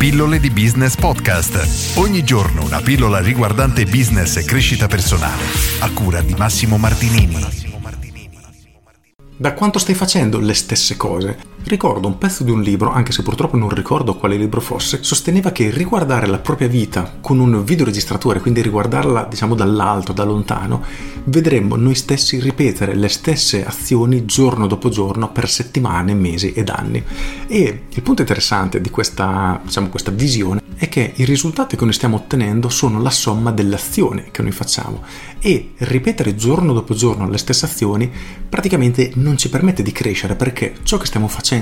Pillole di Business Podcast. Ogni giorno una pillola riguardante business e crescita personale. A cura di Massimo Martinini. Da quanto stai facendo le stesse cose? Ricordo un pezzo di un libro, anche se purtroppo non ricordo quale libro fosse, sosteneva che riguardare la propria vita con un videoregistratore, quindi riguardarla dall'alto, da lontano, vedremmo noi stessi ripetere le stesse azioni giorno dopo giorno per settimane, mesi ed anni. E il punto interessante di questa visione è che i risultati che noi stiamo ottenendo sono la somma delle azioni che noi facciamo, e ripetere giorno dopo giorno le stesse azioni praticamente non ci permette di crescere, perché ciò che stiamo facendo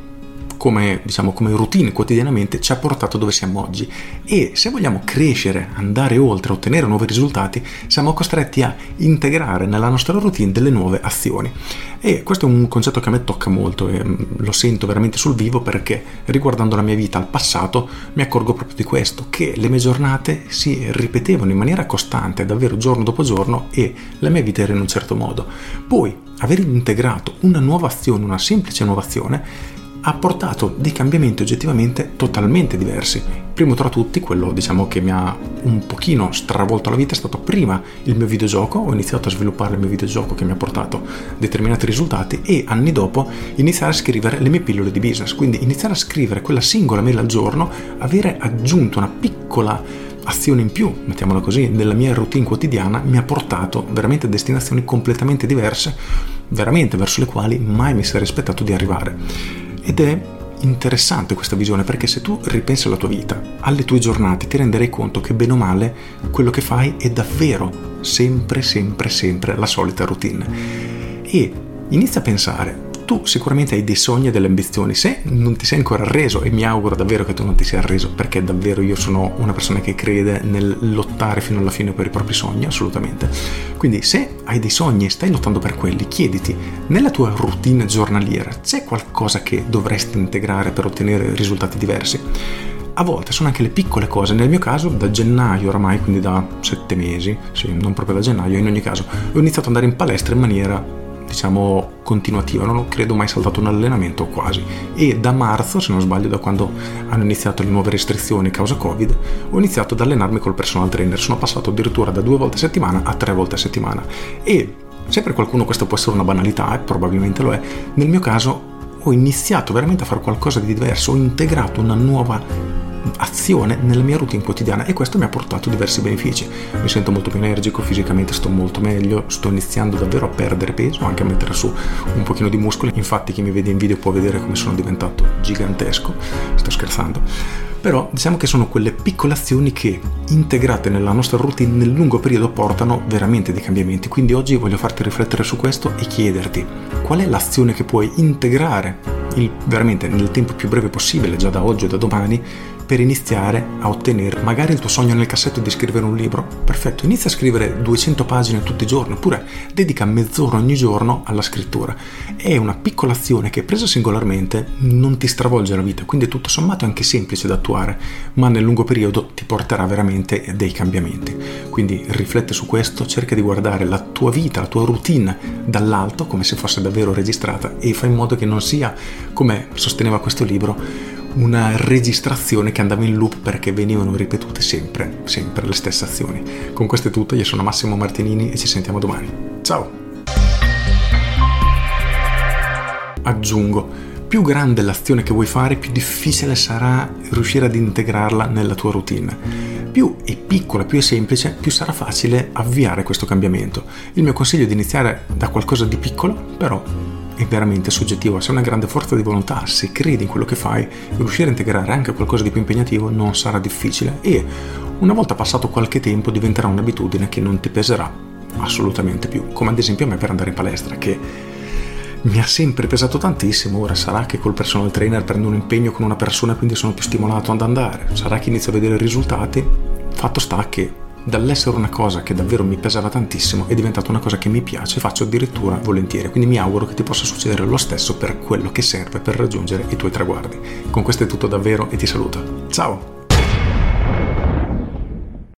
come routine quotidianamente ci ha portato dove siamo oggi, e se vogliamo crescere, andare oltre, ottenere nuovi risultati, siamo costretti a integrare nella nostra routine delle nuove azioni. E questo è un concetto che a me tocca molto e lo sento veramente sul vivo, perché riguardando la mia vita al passato mi accorgo proprio di questo, che le mie giornate si ripetevano in maniera costante, davvero giorno dopo giorno, e la mia vita era in un certo modo. Poi aver integrato una nuova azione, una semplice nuova azione, ha portato dei cambiamenti oggettivamente totalmente diversi. Primo tra tutti, quello che mi ha un pochino stravolto la vita, è stato prima il mio videogioco. Ho iniziato a sviluppare il mio videogioco che mi ha portato determinati risultati, e anni dopo iniziare a scrivere le mie pillole di business, quindi iniziare a scrivere quella singola mail al giorno, avere aggiunto una piccola azione in più, mettiamola così, nella mia routine quotidiana, mi ha portato veramente a destinazioni completamente diverse, veramente verso le quali mai mi sarei aspettato di arrivare. Ed è interessante questa visione, perché se tu ripensi alla tua vita, alle tue giornate, ti renderai conto che bene o male quello che fai è davvero sempre la solita routine. E inizia a pensare, tu sicuramente hai dei sogni e delle ambizioni. Se non ti sei ancora arreso, e mi auguro davvero che tu non ti sia arreso, perché davvero io sono una persona che crede nel lottare fino alla fine per i propri sogni, assolutamente. Quindi se hai dei sogni e stai lottando per quelli, chiediti, nella tua routine giornaliera c'è qualcosa che dovresti integrare per ottenere risultati diversi? A volte sono anche le piccole cose. Nel mio caso da gennaio oramai, quindi da 7 mesi, sì, non proprio da gennaio, in ogni caso ho iniziato ad andare in palestra in maniera continuativa, non ho credo mai saltato un allenamento, quasi, e da marzo, se non sbaglio, da quando hanno iniziato le nuove restrizioni causa Covid, ho iniziato ad allenarmi col personal trainer. Sono passato addirittura da 2 volte a settimana a 3 volte a settimana, e se per qualcuno questo può essere una banalità, e probabilmente lo è, nel mio caso ho iniziato veramente a fare qualcosa di diverso, ho integrato una nuova azione nella mia routine quotidiana, e questo mi ha portato diversi benefici. Mi sento molto più energico, fisicamente sto molto meglio, sto iniziando davvero a perdere peso, anche a mettere su un pochino di muscoli. Infatti chi mi vede in video può vedere come sono diventato gigantesco, sto scherzando. Però che sono quelle piccole azioni che, integrate nella nostra routine nel lungo periodo, portano veramente dei cambiamenti. Quindi oggi voglio farti riflettere su questo e chiederti qual è l'azione che puoi integrare veramente nel tempo più breve possibile, già da oggi o da domani, per iniziare a ottenere magari il tuo sogno nel cassetto di scrivere un libro. Perfetto, inizia a scrivere 200 pagine tutti i giorni, oppure dedica mezz'ora ogni giorno alla scrittura. È una piccola azione che, presa singolarmente, non ti stravolge la vita, quindi è tutto sommato anche semplice da attuare, ma nel lungo periodo ti porterà veramente dei cambiamenti. Quindi riflette su questo, cerca di guardare la tua vita, la tua routine dall'alto, come se fosse davvero registrata, e fai in modo che non sia, come sosteneva questo libro, una registrazione che andava in loop, perché venivano ripetute sempre le stesse azioni. Con questo è tutto, io sono Massimo Martinini e ci sentiamo domani. Ciao! Aggiungo, più grande l'azione che vuoi fare, più difficile sarà riuscire ad integrarla nella tua routine. Più è piccola, più è semplice, più sarà facile avviare questo cambiamento. Il mio consiglio è di iniziare da qualcosa di piccolo, però è veramente soggettivo. Se hai una grande forza di volontà, se credi in quello che fai, riuscire a integrare anche qualcosa di più impegnativo non sarà difficile, e una volta passato qualche tempo diventerà un'abitudine che non ti peserà assolutamente più, come ad esempio a me per andare in palestra, che mi ha sempre pesato tantissimo. Ora sarà che col personal trainer prendo un impegno con una persona, quindi sono più stimolato ad andare, sarà che inizio a vedere risultati. Fatto sta che dall'essere una cosa che davvero mi pesava tantissimo è diventata una cosa che mi piace, faccio addirittura volentieri. Quindi mi auguro che ti possa succedere lo stesso per quello che serve per raggiungere i tuoi traguardi. Con questo è tutto davvero, e ti saluto. Ciao!